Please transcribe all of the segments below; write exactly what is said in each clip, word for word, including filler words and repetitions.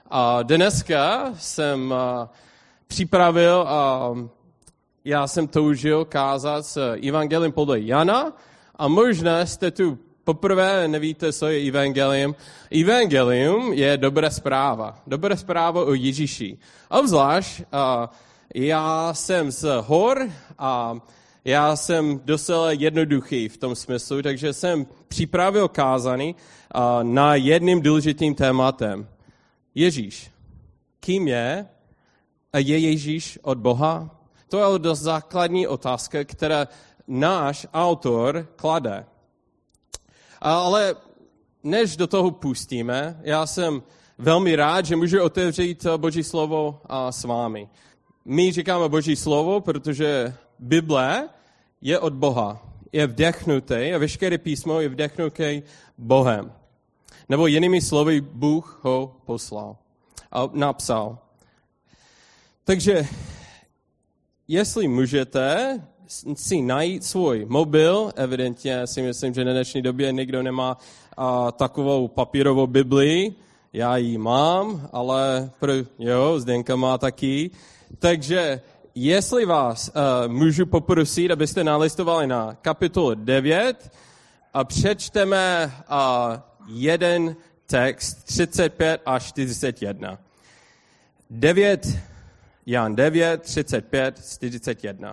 A dneska jsem uh, připravil a uh, já jsem toužil kázat s evangelium podle Jana a možná jste tu poprvé nevíte, co je evangelium. Evangelium je dobrá zpráva. Dobrá zpráva o Ježíši. Obzvlášť uh, já jsem z hor a já jsem docela jednoduchý v tom smyslu, takže jsem připravil kázání uh, na jedním důležitým tématem. Ježíš. Kým je? A je Ježíš od Boha? To je dost základní otázka, která náš autor klade. Ale než do toho pustíme, já jsem velmi rád, že můžu otevřít Boží slovo s vámi. My říkáme Boží slovo, protože Bible je od Boha. Je vdechnuté a veškeré písmo je vdechnuté Bohem. Nebo jinými slovy, Bůh ho poslal a napsal. Takže, jestli můžete si najít svůj mobil, evidentně si myslím, že na dnešní době nikdo nemá a, takovou papírovou Biblii, já ji mám, ale pro, jo, Zdenka má taky. Takže, jestli vás uh, můžu poprosit, abyste nalistovali na kapitolu devět a přečteme uh, jeden text, třicet pět až čtyřicet jedna. devět, Jan devět, třicet pět, čtyřicet jedna.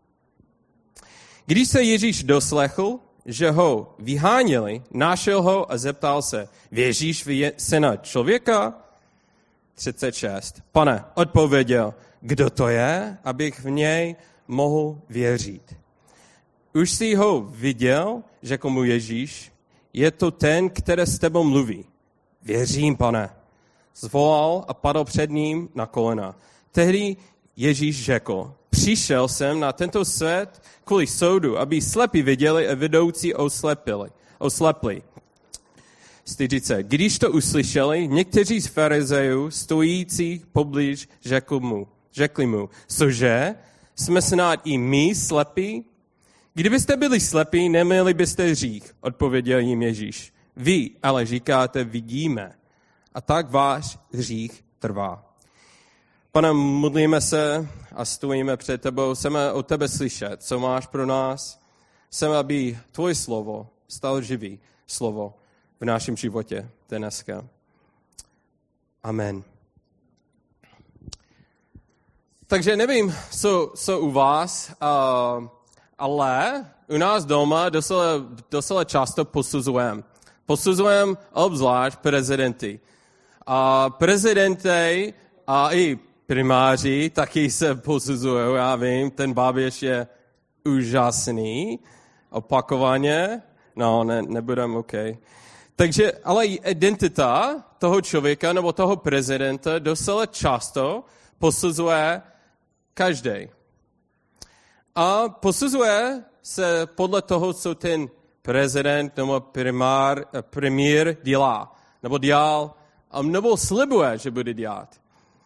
Když se Ježíš doslechl, že ho vyháněli, našel ho a zeptal se, věříš v syna člověka? třicet šest. Pane, odpověděl, kdo to je, abych v něj mohl věřit. Už jsi ho viděl, řekl mu Ježíš, je to ten, který s tebou mluví. Věřím, pane. Zvolal a padl před ním na kolena. Tehdy Ježíš řekl, přišel jsem na tento svět kvůli soudu, aby slepí viděli a vidoucí oslepili. oslepli. čtyřicet. Když to uslyšeli, někteří z farizejů stojící poblíž řekl mu, řekli mu, cože, jsme snad i my slepí? Kdybyste byli slepí, neměli byste hřích, odpověděl jim Ježíš. Vy ale říkáte, vidíme. A tak váš hřích trvá. Pane, modlíme se a stojíme před tebou. Chceme od tebe slyšet, co máš pro nás. Chceme, aby tvoje slovo stalo živý slovo v našem životě dneska. Amen. Takže nevím, co, co u vás, uh, ale u nás doma docela, docela často posuzujeme. Posuzujeme obzvlášť prezidenty. A prezidenty a i primáři taky se posuzují, já vím, ten Babiš je úžasný, opakovaně, no, ne, nebudem, OK. Takže, ale identita toho člověka nebo toho prezidenta docela často posuzuje každý. A posuzuje se podle toho, co ten prezident nebo primár, premiér dělá, nebo dělal, nebo slibuje, že bude dělat.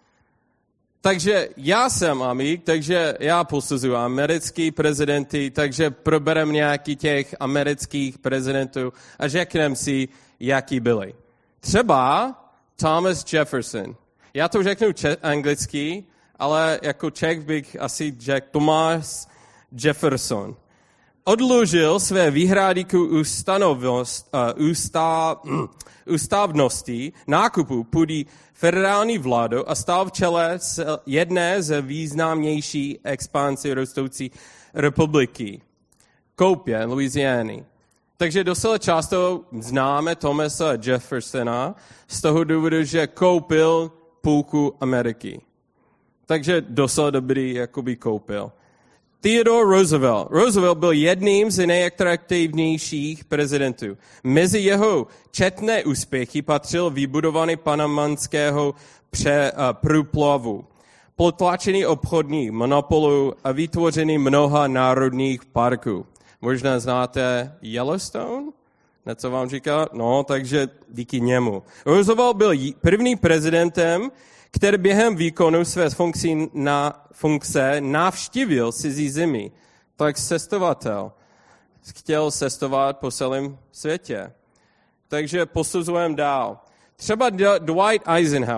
Takže já jsem amík, takže já posuzuji americký prezidenty, takže proberem nějaký těch amerických prezidentů a řekneme si, jaký byli. Třeba Thomas Jefferson. Já to řeknu če- anglicky, ale jako Čech bych asi řekl Thomas Jefferson. Odložil své výhrady k ustanovnost, uh, ústa, uh, ústavnosti nákupu půdy federální vládu a stál v čele jedné z významnější expansí rostoucí republiky. Koupě Louisiany. Takže docela často známe Thomase Jeffersona z toho důvodu, že koupil půlku Ameriky. Takže docela dobrý jakoby koupil. Theodore Roosevelt. Roosevelt byl jedním z nejatraktivnějších prezidentů. Mezi jeho četné úspěchy patřil vybudovaný panamanského pře, uh, průplavu, potlačený obchodní monopolu a vytvořený mnoha národních parků. Možná znáte Yellowstone? Na co vám říká? No, takže díky němu. Roosevelt byl první prezidentem, který během výkonu své funkcí na, funkce navštívil cizí zemi. Tak cestovatel chtěl cestovat po celém světě. Takže posuzujeme dál. Třeba Dwight Eisenhower.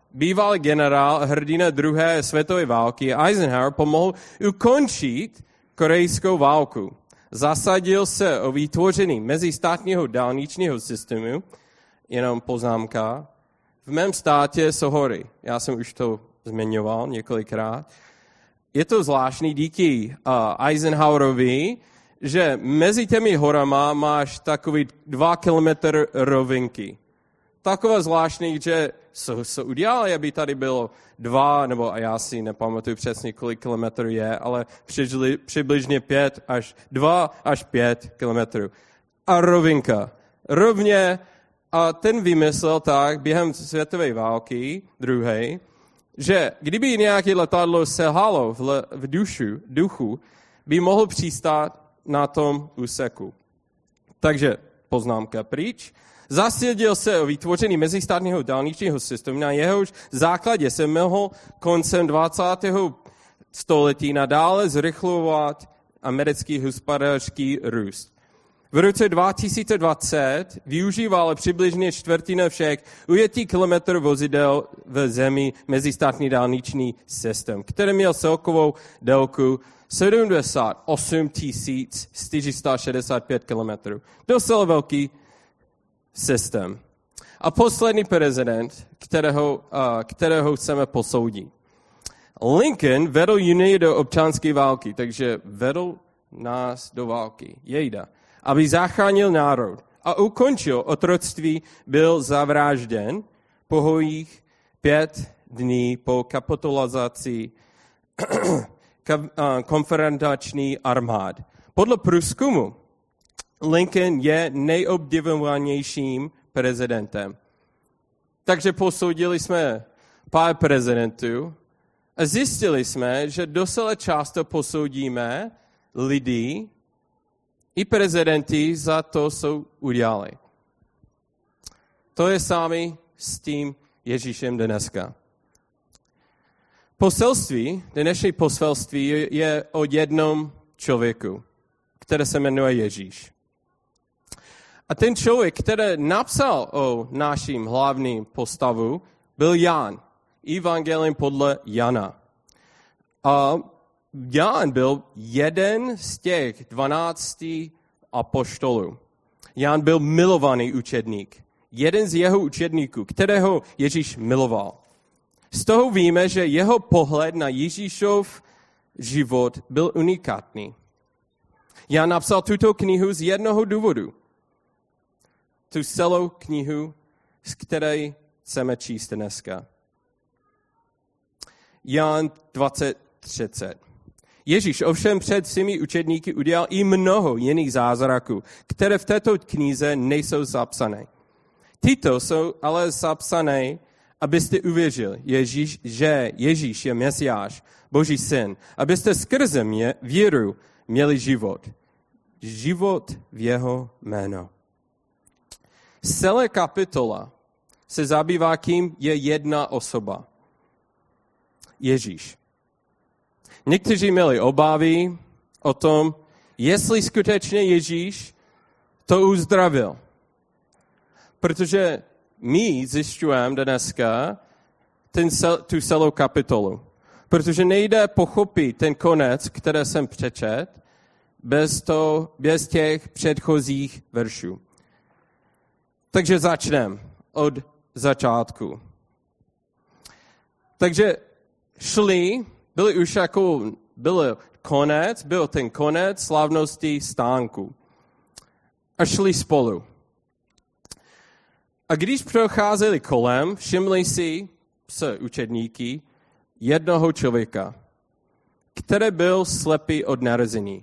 bývalý generál, hrdina druhé světové války, Eisenhower pomohl ukončit korejskou válku. Zasadil se o vytvoření mezistátního dálničního systému, jenom poznámka. V mém státě jsou hory. Já jsem už to zmiňoval několikrát. Je to zvláštní díky uh, Eisenhowerovi, že mezi těmi horama máš takový dva kilometr rovinky. Takové zvláštní, že se, se udělali, aby tady bylo dva, nebo a já si nepamatuju přesně, kolik kilometrů je, ale přibližně, přibližně pět až dva až pět kilometrů. A rovinka. Rovně, a ten vymyslel tak během světové války, druhé, že kdyby nějaké letadlo selhalo v, le, v dušu, duchu, by mohl přistát na tom úseku. Takže poznámka pryč. Zasadil se o vytvoření mezistátního dálničního systému, na jehož základě se mohl koncem dvacátého století nadále zrychlovat americký hospodářský růst. V roce dva tisíce dvacet využívala přibližně čtvrtina všech ujetých kilometrů vozidel v zemi mezistátní dálniční systém, který měl celkovou délku sedmdesát osm tisíc čtyři sta šedesát pět kilometrů. Docela velký systém. A poslední prezident, kterého, uh, kterého chceme posoudit. Lincoln vedl Unii do občanské války, takže vedl nás do války. Jejda. Aby zachránil národ a ukončil otroctví, byl zavražděn pouhých pět dní po kapitulaci konfrontační armád. Podle průzkumu Lincoln je nejobdivovanějším prezidentem. Takže posoudili jsme pár prezidentů a zjistili jsme, že docela často posoudíme lidi i prezidenty za to, co udělali. To je sami s tím Ježíšem dneska. Poselství, dnešní poselství je o jednom člověku, který se jmenuje Ježíš. A ten člověk, který napsal o naším hlavním postavu, byl Jan. Evangelium podle Jana. A Jan byl jeden z těch dvanácti apoštolů. Jan byl milovaný učedník. Jeden z jeho učedníků, kterého Ježíš miloval. Z toho víme, že jeho pohled na Ježíšův život byl unikátní. Jan napsal tuto knihu z jednoho důvodu. Tu celou knihu, z které chceme číst dneska. Jan dvacet třicet. Ježíš ovšem před svými učedníky udělal i mnoho jiných zázraků, které v této knize nejsou zapsané. Tyto jsou ale zapsané, abyste uvěřili, Ježíš, že Ježíš je Mesiáš, Boží syn, abyste skrze mě víru měli život. Život v jeho jméno. Celé kapitola se zabývá, kým je jedna osoba. Ježíš. Někteří měli obavy o tom, jestli skutečně Ježíš to uzdravil. Protože my zjišťujeme dneska ten, tu celou kapitolu. Protože nejde pochopit ten konec, který jsem přečet, bez, to, bez těch předchozích veršů. Takže začneme od začátku. Takže šli, byli už jako, byl konec, byl ten konec slavnosti stánku. A šli spolu. A když procházeli kolem, všimli si s učedníky jednoho člověka, který byl slepý od narození.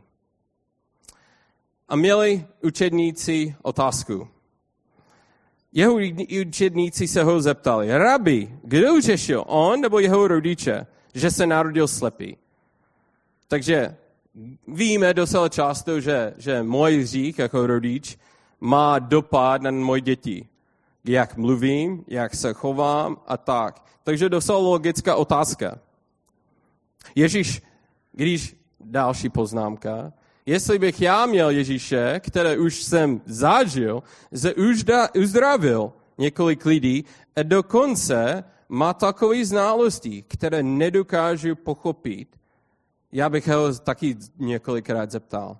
A měli učedníci otázku. Jeho učedníci se ho zeptali, rabi, kdo uřešil, on nebo jeho rodiče, že se narodil slepý? Takže víme docela často, že, že můj hřích jako rodič má dopad na moje děti. Jak mluvím, jak se chovám a tak. Takže docela logická otázka. Ježíš, když další poznámka, jestli bych já měl Ježíše, které už jsem zažil, že uzdravil několik lidí a dokonce má takové znalosti, které nedokážu pochopit. Já bych ho taky několikrát zeptal.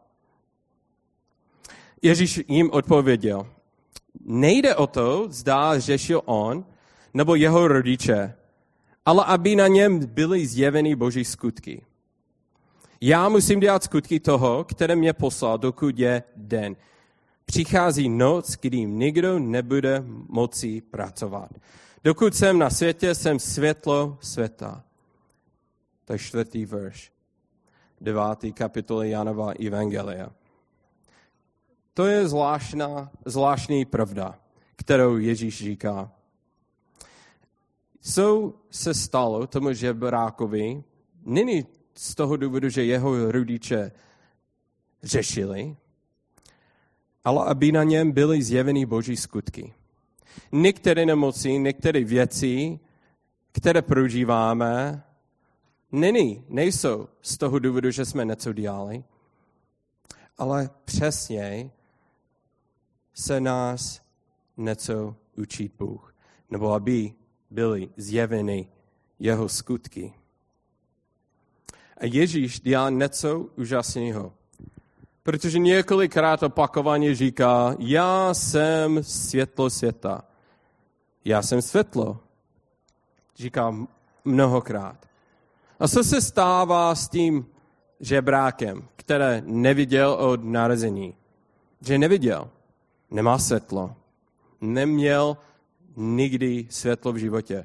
Ježíš jim odpověděl, nejde o to, zda řešil on nebo jeho rodiče, ale aby na něm byly zjeveny Boží skutky. Já musím dělat skutky toho, které mě poslal, dokud je den. Přichází noc, kdy nikdo nebude moci pracovat. Dokud jsem na světě, jsem světlo světa. To je čtvrtý verš. Devátý kapitoly Janova evangelia. To je zvláštná, zvláštní pravda, kterou Ježíš říká. Co se stalo tomu žebrákovi, není z toho důvodu, že jeho rodiče řešili, ale aby na něm byly zjeveny Boží skutky. Některé nemoci, některé věci, které prožíváme, není, nejsou z toho důvodu, že jsme něco dělali, ale přesně se nás něco učí Bůh, nebo aby byly zjeveny jeho skutky. A Ježíš dělá něco úžasného, protože několikrát opakovaně říká, já jsem světlo světa. Já jsem světlo. Říká mnohokrát. A co se stává s tím žebrákem, který neviděl od narození? Že neviděl. Nemá světlo. Neměl nikdy světlo v životě.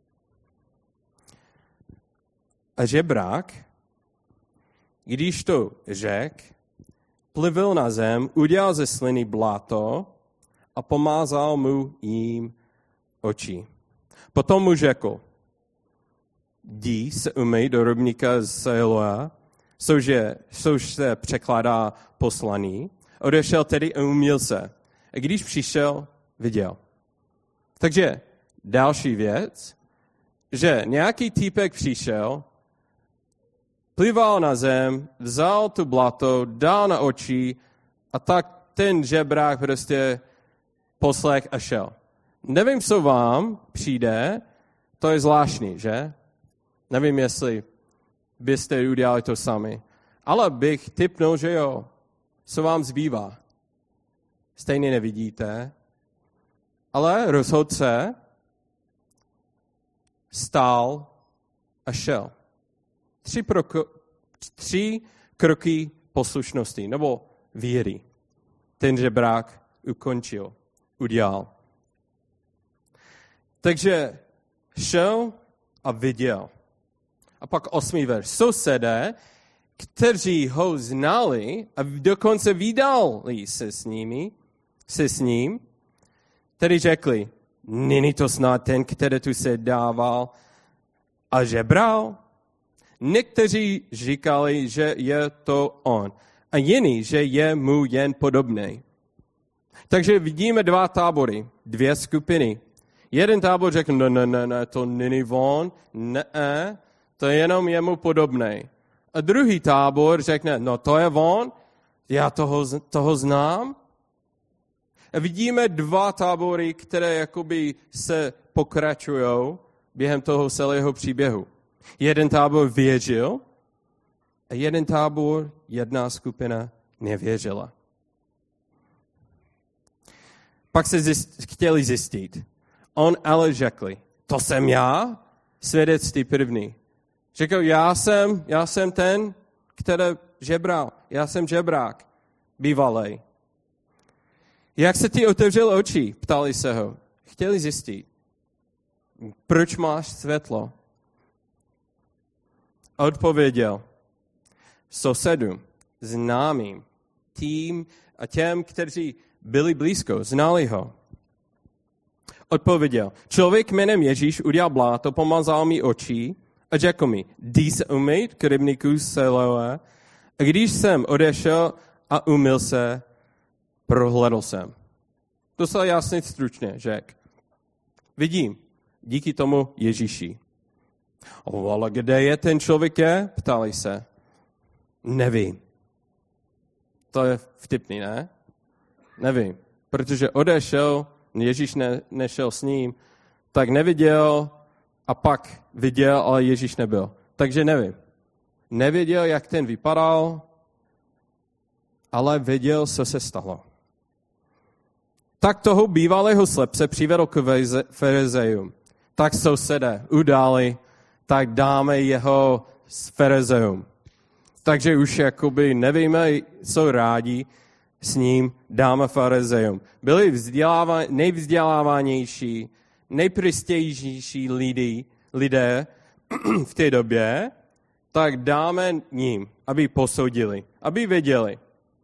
A žebrák, když to řekl, plivil na zem, udělal ze sliny bláto a pomázal mu jím oči. Potom mu řekl, jdi se umyj do rybníka z Siloa, což se překládá poslaný. Odešel tedy a umyl se. A když přišel, viděl. Takže další věc, že nějaký týpek přišel, plival na zem, vzal tu blato, dal na oči a tak ten žebrák prostě poslech a šel. Nevím, co vám přijde, to je zvláštní, že? Nevím, jestli byste udělali to sami. Ale bych tipnul, že jo. Co vám zbývá? Stejně nevidíte. Ale rozhodl se, stál a šel. Tři, proko, tři kroky poslušnosti, nebo víry. Ten žebrák ukončil, udělal. Takže šel a viděl. A pak osmý verš. Sousedé, kteří ho znali a dokonce vydali se s nimi, se s ním, tedy řekli, není to snad ten, který tu se dával a žebral? Někteří říkali, že je to on a jiní, že je mu jen podobný. Takže vidíme dva tábory, dvě skupiny. Jeden tábor řekl, ne, ne, ne, ne, to není on, ne, to je jenom jemu podobný. A druhý tábor řekne, no to je on, já toho, toho znám. A vidíme dva tábory, které jakoby se pokračují během toho celého příběhu. Jeden tábor věřil a jeden tábor, jedna skupina nevěřila. Pak se zjist, chtěli zjistit. On ale řekli, to jsem já, svědectví první. Řekl, já jsem, já jsem ten, který žebral. Já jsem žebrák, bývalej. Jak se ti otevřel oči? Ptali se ho. Chtěli zjistit. Proč máš světlo? Odpověděl. Sousedům, známým, tím a těm, kteří byli blízko, znali ho. Odpověděl. Člověk jménem Ježíš udělal bláto, pomazal mi oči a řekl mi, jdi se umýt k rybníku Siloa. A když jsem odešel a umyl se, prohlédl jsem. To se jasně stručně řekl. Vidím, díky tomu Ježíši. O, ale kde je ten člověk je? Ptali se. Nevím. To je vtipný, ne? Nevím. Protože odešel, Ježíš ne, nešel s ním, tak neviděl, a pak viděl, ale Ježíš nebyl. Takže nevím. Nevěděl, jak ten vypadal, ale věděl, co se stalo. Tak toho bývalého slepce přivedl k farizejům. Tak sousedé udali, tak dáme jeho s farizejům. Takže už jakoby nevíme, co rádi s ním dáme farizejům. Byli vzděláva, nejvzdělávanější, nejprestižnější lidi, lidé v té době, tak dáme ním, aby posoudili, aby věděli.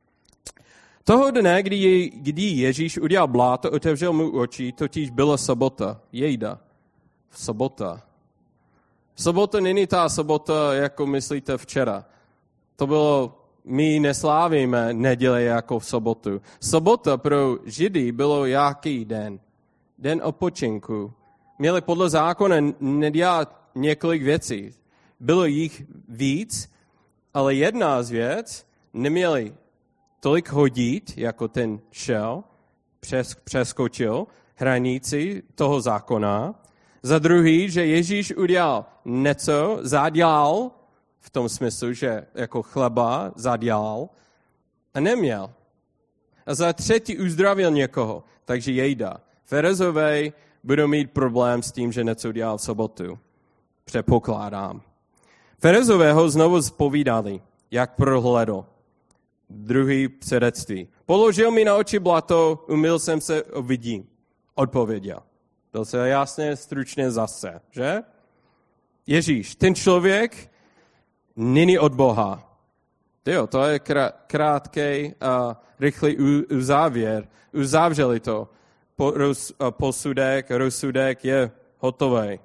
Toho dne, kdy, je, kdy Ježíš udělal bláto, otevřel mu oči, totiž byla sobota, jejda. Sobota. Sobota není ta sobota, jako myslíte včera. To bylo, my neslávíme neděle jako v sobotu. Sobota pro Židy bylo jaký den? Den odpočinku. Měli podle zákona nedělat několik věcí. Bylo jich víc, ale jedna z věc, neměli tolik hodit, jako ten šel, přes, přeskočil hranici toho zákona. Za druhý, že Ježíš udělal něco, zadělal, v tom smyslu, že jako chleba zadělal a neměl. A za třetí uzdravil někoho, takže jejda. Farizové budou mít problém s tím, že něco udělal v sobotu. Předpokládám. Farizové ho znovu zpovídali, jak prohledl. Druhý svědectví. Položil mi na oči blato, umyl jsem se, uvidím. Odpověděl. To se jasně, stručně zase, že? Ježíš, ten člověk není od Boha. Jo, to je krátký a rychlý uzávěr. Uzavřeli to. Po, roz, posudek, rozsudek je hotový.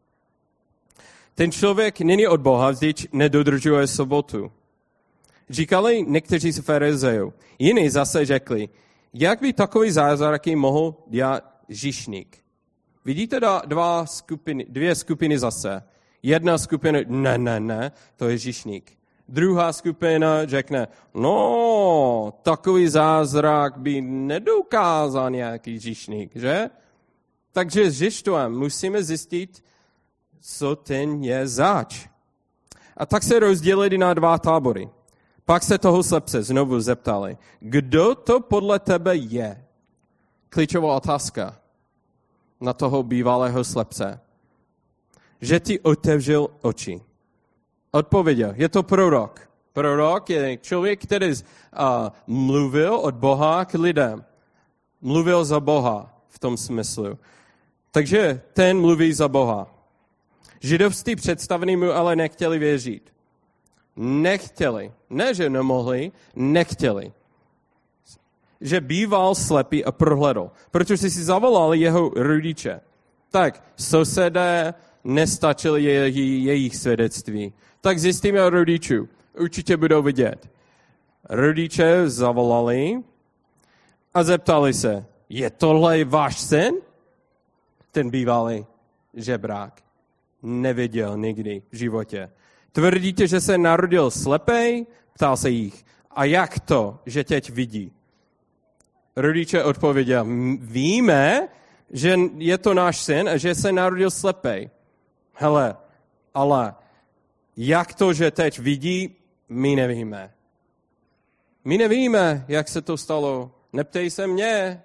Ten člověk není od Boha, vždyť nedodržuje sobotu. Říkali někteří z farizejů. Jiní zase řekli, jak by takový zázraky mohl dělat říšník. Vidíte dva skupiny, dvě skupiny zase. Jedna skupina, ne, ne, ne, to je říšník. Druhá skupina řekne, no, takový zázrak by nedokázal nějaký říšník, že? Takže s Žižtvem musíme zjistit, co ten je zač. A tak se rozdělili na dva tábory. Pak se toho slepce znovu zeptali, kdo to podle tebe je? Klíčová otázka na toho bývalého slepce. Že ti otevřel oči. Odpověděl, je to prorok. Prorok je člověk, který uh, mluvil od Boha k lidem. Mluvil za Boha v tom smyslu. Takže ten mluví za Boha. Židovští představení mu ale nechtěli věřit. Nechtěli. Ne, že nemohli, nechtěli. Že býval slepý a prohledl. Protože si zavolali jeho rodiče. Tak sousedé nestačili je, jejich svědectví. Tak zjistíme od rodičů. Určitě budou vidět. Rodiče zavolali a zeptali se, je tohle váš syn? Ten bývalý žebrák neviděl nikdy v životě. Tvrdíte, že se narodil slepej? Ptal se jich. A jak to, že teď vidí? Rodiče odpověděl, víme, že je to náš syn a že se narodil slepej. Hele, ale jak to, že teď vidí, my nevíme. My nevíme, jak se to stalo. Neptej se mě.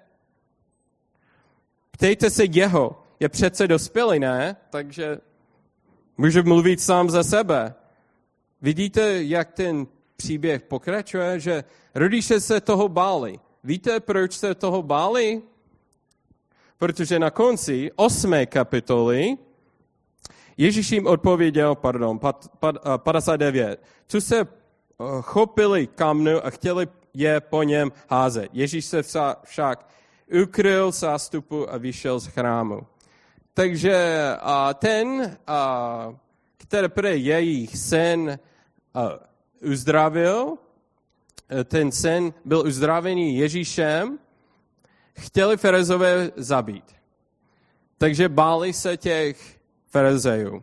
Ptejte se jeho. Je přece dospělý, ne? Takže může mluvit sám za sebe. Vidíte, jak ten příběh pokračuje? Že rodiče se toho báli. Víte, proč se toho báli? Protože na konci osmé kapitoly Ježíš jim odpověděl, pardon, padesát devět, co se chopili kamnu a chtěli je po něm házet. Ježíš se však ukryl z zástupu a vyšel z chrámu. Takže a ten, a, který prý jejich syn a, uzdravil, ten syn byl uzdravený Ježíšem, chtěli farizové zabít. Takže báli se těch farizejů.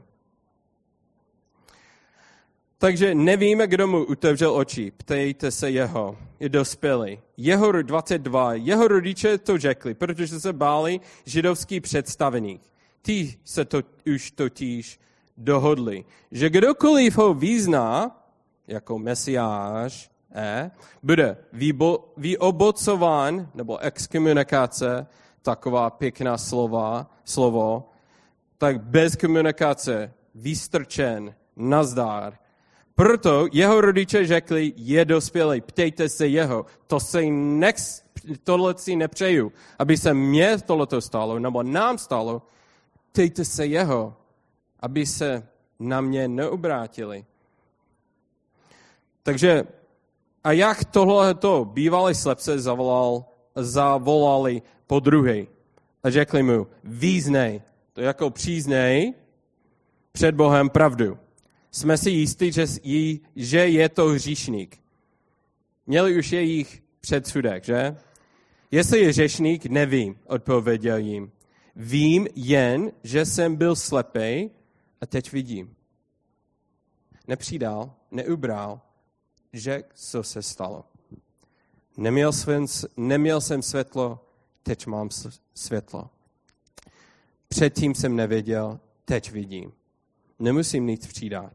Takže nevíme, kdo mu otevřel oči. Ptejte se jeho. Je dospělý. Jeho dvacet dva. Jeho rodiče to řekli, protože se báli židovský představených. Ty se to už totiž dohodli, že kdokoliv ho vyzná jako mesiáš, eh, bude vybo, vyobocován, nebo exkomunikace, taková pěkná slova, slovo, tak bez komunikace, vystrčen, nazdar. Proto jeho rodiče řekli, je dospělý, ptejte se jeho, to se nex, tohle si nepřeju, aby se mně tohleto stalo, nebo nám stalo, ptejte se jeho, aby se na mě neobrátili. Takže a jak tohleto bývalý slepce zavolal, zavolali po druhý a řekli mu, význej, to jako příznej před Bohem pravdu. Jsme si jistí, že, že je to hříšník. Měli už jejich předsudek, že? Jestli je hříšník, nevím, odpověděl jim. Vím jen, že jsem byl slepý a teď vidím. Nepřidal, neubral, že co se stalo. Neměl jsem, neměl jsem světlo, teď mám světlo. Předtím jsem nevěděl, teď vidím. Nemusím nic přidat.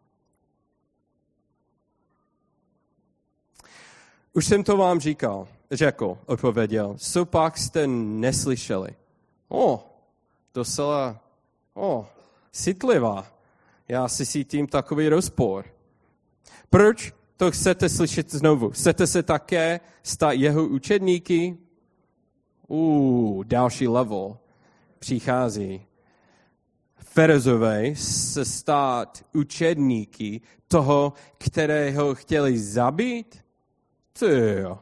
Už jsem to vám říkal, řekl, odpověděl. Co pak jste neslyšeli? O, docela, o, citlivá. Já si cítím takový rozpor. Proč to chcete slyšet znovu? Chcete se také stát jeho učedníky? Uh, další level přichází. Farizové se stát učedníky toho, kterého chtěli zabít? Tyjo.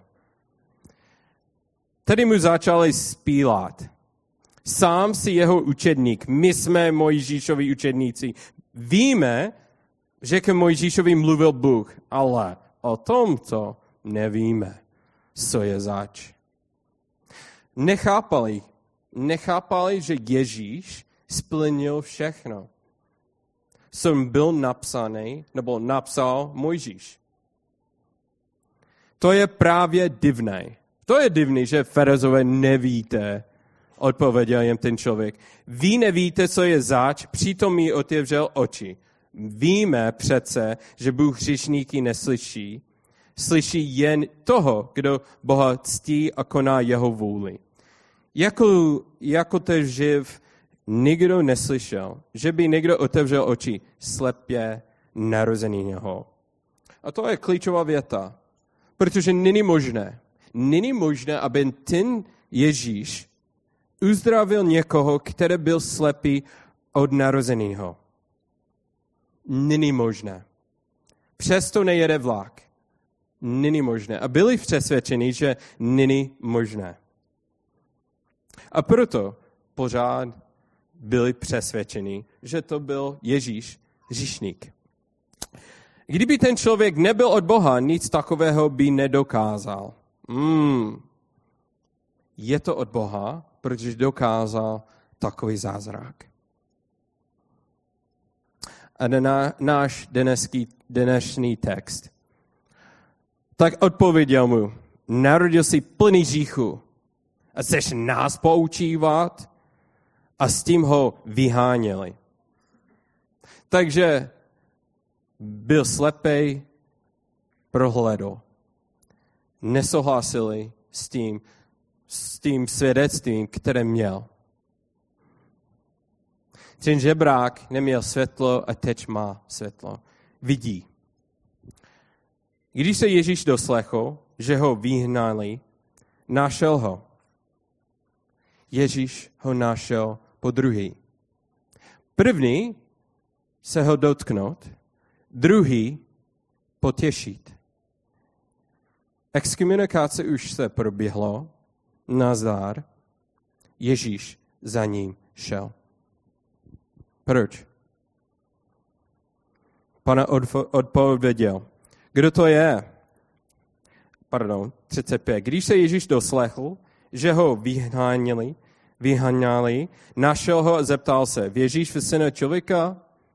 Tedy mu začali spílat. Sám si jeho učedník, my jsme Mojžíšovi učedníci. Víme, že k Mojžíšovi mluvil Bůh, ale o tomto nevíme, co je zač. Nechápali, nechápali, že Ježíš splnil všechno. Co byl napsaný, nebo napsal Mojžíš. To je právě divné. To je divný, že farizové nevíte, odpověděl jim ten člověk. Vy nevíte, co je zač, přitom jí otevřel oči. Víme přece, že Bůh hříšníky neslyší. Slyší jen toho, kdo Boha ctí a koná jeho vůli. Jako, jako to živ nikdo neslyšel, že by někdo otevřel oči slepě narozeného. A to je klíčová věta, protože není možné, není možné, aby ten Ježíš uzdravil někoho, který byl slepý od narozeného. Není možné. Přesto nejede vlak. Není možné. A byli přesvědčeni, že není možné. A proto pořád byli přesvědčeni, že to byl Ježíš hříšník. Kdyby ten člověk nebyl od Boha, nic takového by nedokázal. Hmm. Je to od Boha, protože dokázal takový zázrak. A na, náš dneský, dnešní text. Tak odpověděl mu, narodil jsi plný hříchu a chceš nás poučívat? A s tím ho vyháněli. Takže byl slepej, prohlédl. Nesouhlasili s tím, s tím svědectvím, které měl. Ten žebrák neměl světlo a teď má světlo. Vidí. Když se Ježíš doslechl, že ho vyhnali, našel ho. Ježíš ho našel po druhý. První se ho dotknout, druhý potěšit. Exkomunikace už se proběhlo, nazdar, Ježíš za ním šel. Proč? Pane odpověděl, kdo to je? Pardon, třicet pět. Když se Ježíš doslechl, že ho vyháněli, vyháněli, našel ho a zeptal se, věříš v syna člověka?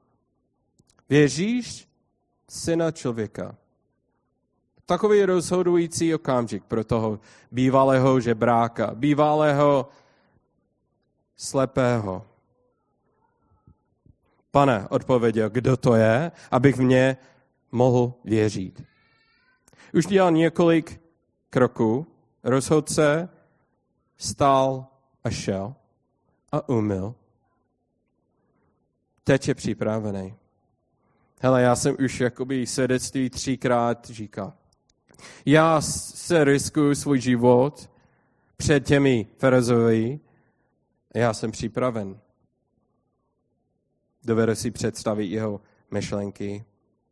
Věříš syna člověka? Takový rozhodující okamžik pro toho bývalého žebráka, bývalého slepého. Pane, odpověděl, kdo to je, abych v ně mohl věřit. Už dělal několik kroků, rozhodl se, stál a šel a umyl. Teď je připravený. Hele, já jsem už jakoby svědectví třikrát říkal. Já se riskuju svůj život před těmi farizeji. Já jsem připraven. Dovedu si představit jeho myšlenky.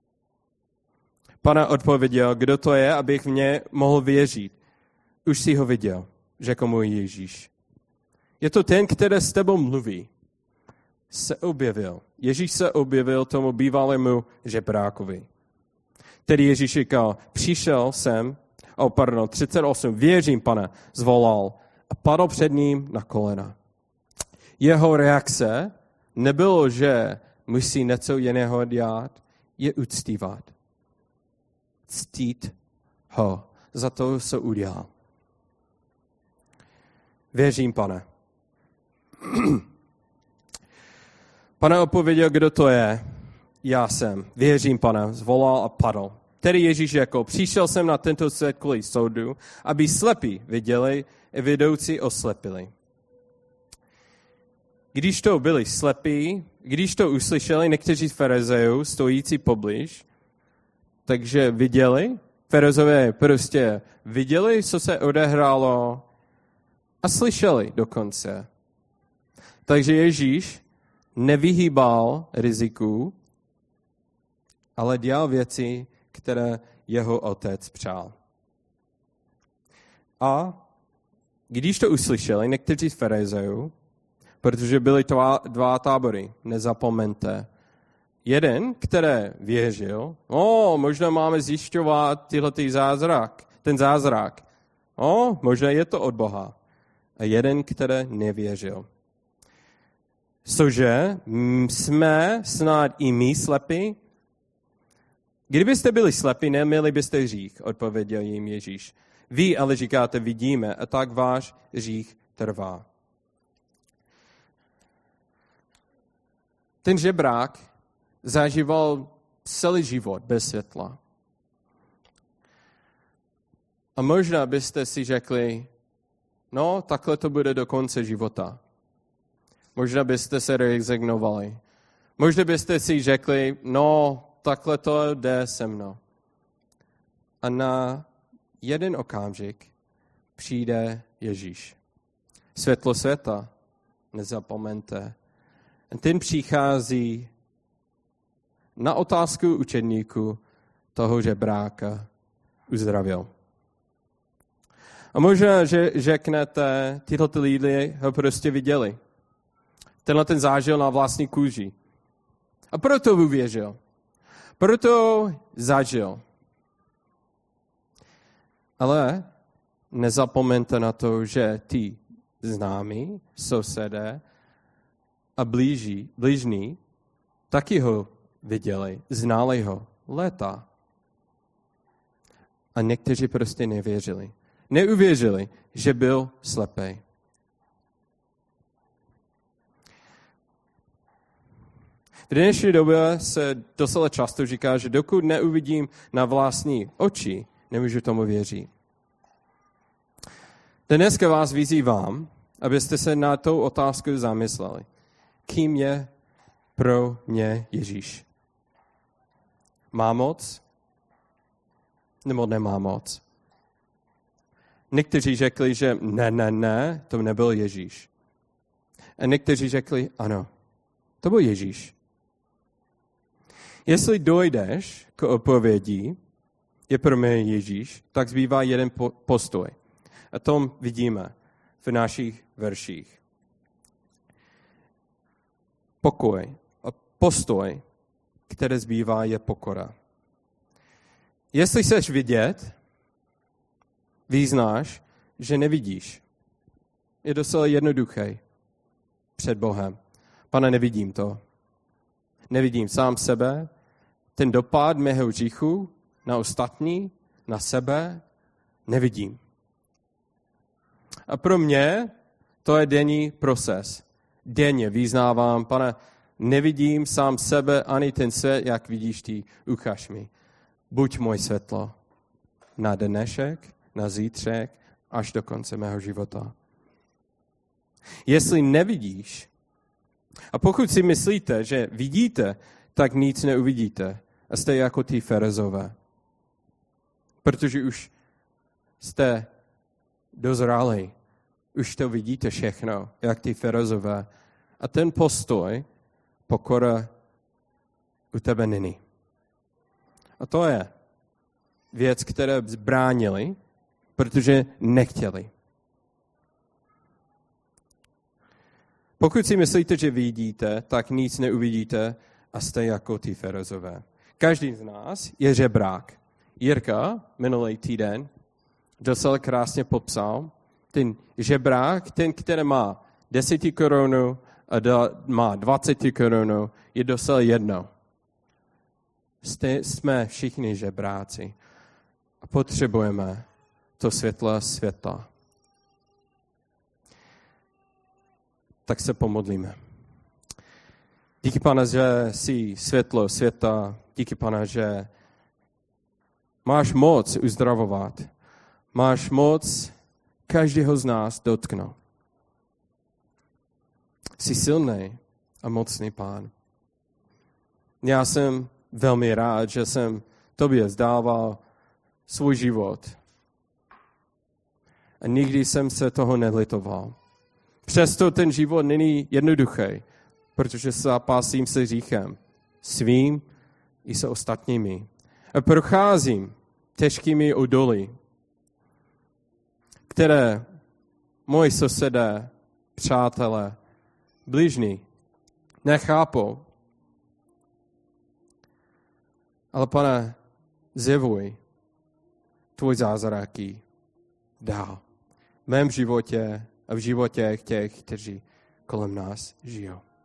Pane odpověděl, kdo to je, abych v ně mohl věřit. Už si ho viděl, řekl mu Ježíš. Je to ten, který s tebou mluví. Se objevil. Ježíš se objevil tomu bývalému žebrákovi. Tedy Ježíš říkal, přišel jsem, oh pardon, třicet osm, věřím, pane, zvolal a padl před ním na kolena. Jeho reakce nebylo, že musí něco jiného dělat, je uctívat. Ctít ho za to, co udělal. Věřím, pane. Pane odpověděl, kdo to je? Já jsem. Věřím, pane. Zvolal a padl. Tedy Ježíš řekl, přišel jsem na tento svět kvůli soudu, aby slepí viděli i vidoucí oslepili. Když to byli slepí, když to uslyšeli někteří z farizejů stojící poblíž, takže viděli, farizové prostě viděli, co se odehrálo a slyšeli dokonce. Takže Ježíš nevyhýbal riziku, ale dělal věci, které jeho otec přál. A když to uslyšeli někteří z farizejů, protože byly dva, dva tábory, nezapomeňte. Jeden, který věřil, o, možná máme zjišťovat tyhle ty zázrak, ten zázrak. O, možná je to od Boha. A jeden, který nevěřil. Cože, jsme snad i my slepí? Kdybyste byli slepí, neměli byste hřích, odpověděl jim Ježíš. Vy ale říkáte, vidíme, a tak váš hřích trvá. Ten žebrák zažíval celý život bez světla. A možná byste si řekli, no, takhle to bude do konce života. Možná byste se rezignovali. Možná byste si řekli, no, takhle to jde se mnou. A na jeden okamžik přijde Ježíš. Světlo světa, nezapomeňte. A ten přichází na otázku učedníků toho žebráka uzdravil. A možná, že řeknete, tyhle ty lidi ho prostě viděli. Tenhle ten zážil na vlastní kůži. A proto uvěřil. Proto zažil. Ale nezapomeňte na to, že ty známí, sousedé a blíží, blížní taky ho viděli, znali ho léta. A někteří prostě nevěřili. Neuvěřili, že byl slepý. V dnešní době se docela často říká, že dokud neuvidím na vlastní oči, nemůžu tomu věřit. Dneska vás vyzývám, abyste se na tou otázku zamysleli. Kým je pro mě Ježíš? Má moc? Nebo nemá moc? Někteří řekli, že ne, ne, ne, to nebyl Ježíš. A někteří řekli, ano, to byl Ježíš. Jestli dojdeš k odpovědi, je pro mě Ježíš, tak zbývá jeden postoj. A tom vidíme v našich verších. Pokoj a postoj, který zbývá, je pokora. Jestli chceš vidět, vyznáš, že nevidíš. Je docela jednoduchý před Bohem. Pane, nevidím to. Nevidím sám sebe, ten dopad mého hříchu na ostatní, na sebe, nevidím. A pro mě to je denní proces. Denně vyznávám, Pane, nevidím sám sebe ani ten svět, jak vidíš ty, ukaž mi. Buď moje světlo na dnešek, na zítřek, až do konce mého života. Jestli nevidíš, a pokud si myslíte, že vidíte, tak nic neuvidíte. A jste jako ty Farizové. Protože už jste dozrali. Už to vidíte všechno, jak ty Farizové. A ten postoj pokora u tebe není. A to je věc, které bránili, protože nechtěli. Pokud si myslíte, že vidíte, tak nic neuvidíte a jste jako ty Farizové. Každý z nás je žebrák. Jirka minulý týden docela krásně popsal, ten žebrák, ten, který má deset korun a má dvacet korun, je docela jedno. Jste, jsme všichni žebráci a potřebujeme to světlo světa. Tak se pomodlíme. Díky, Pane, že jsi světlo světa. Díky, Pane, že máš moc uzdravovat. Máš moc každého z nás dotknout. Jsi silný a mocný Pán. Já jsem velmi rád, že jsem tobě zdával svůj život. A nikdy jsem se toho nelitoval. Přesto ten život není jednoduchý, protože zápasím se hříchem svým i se ostatními. A procházím těžkými údolí, které moji sousedé, přátelé, bližní nechápou. Ale, Pane, zjevuj tvůj zázraky dál v mém životě a v životě těch, kteří kolem nás žijou.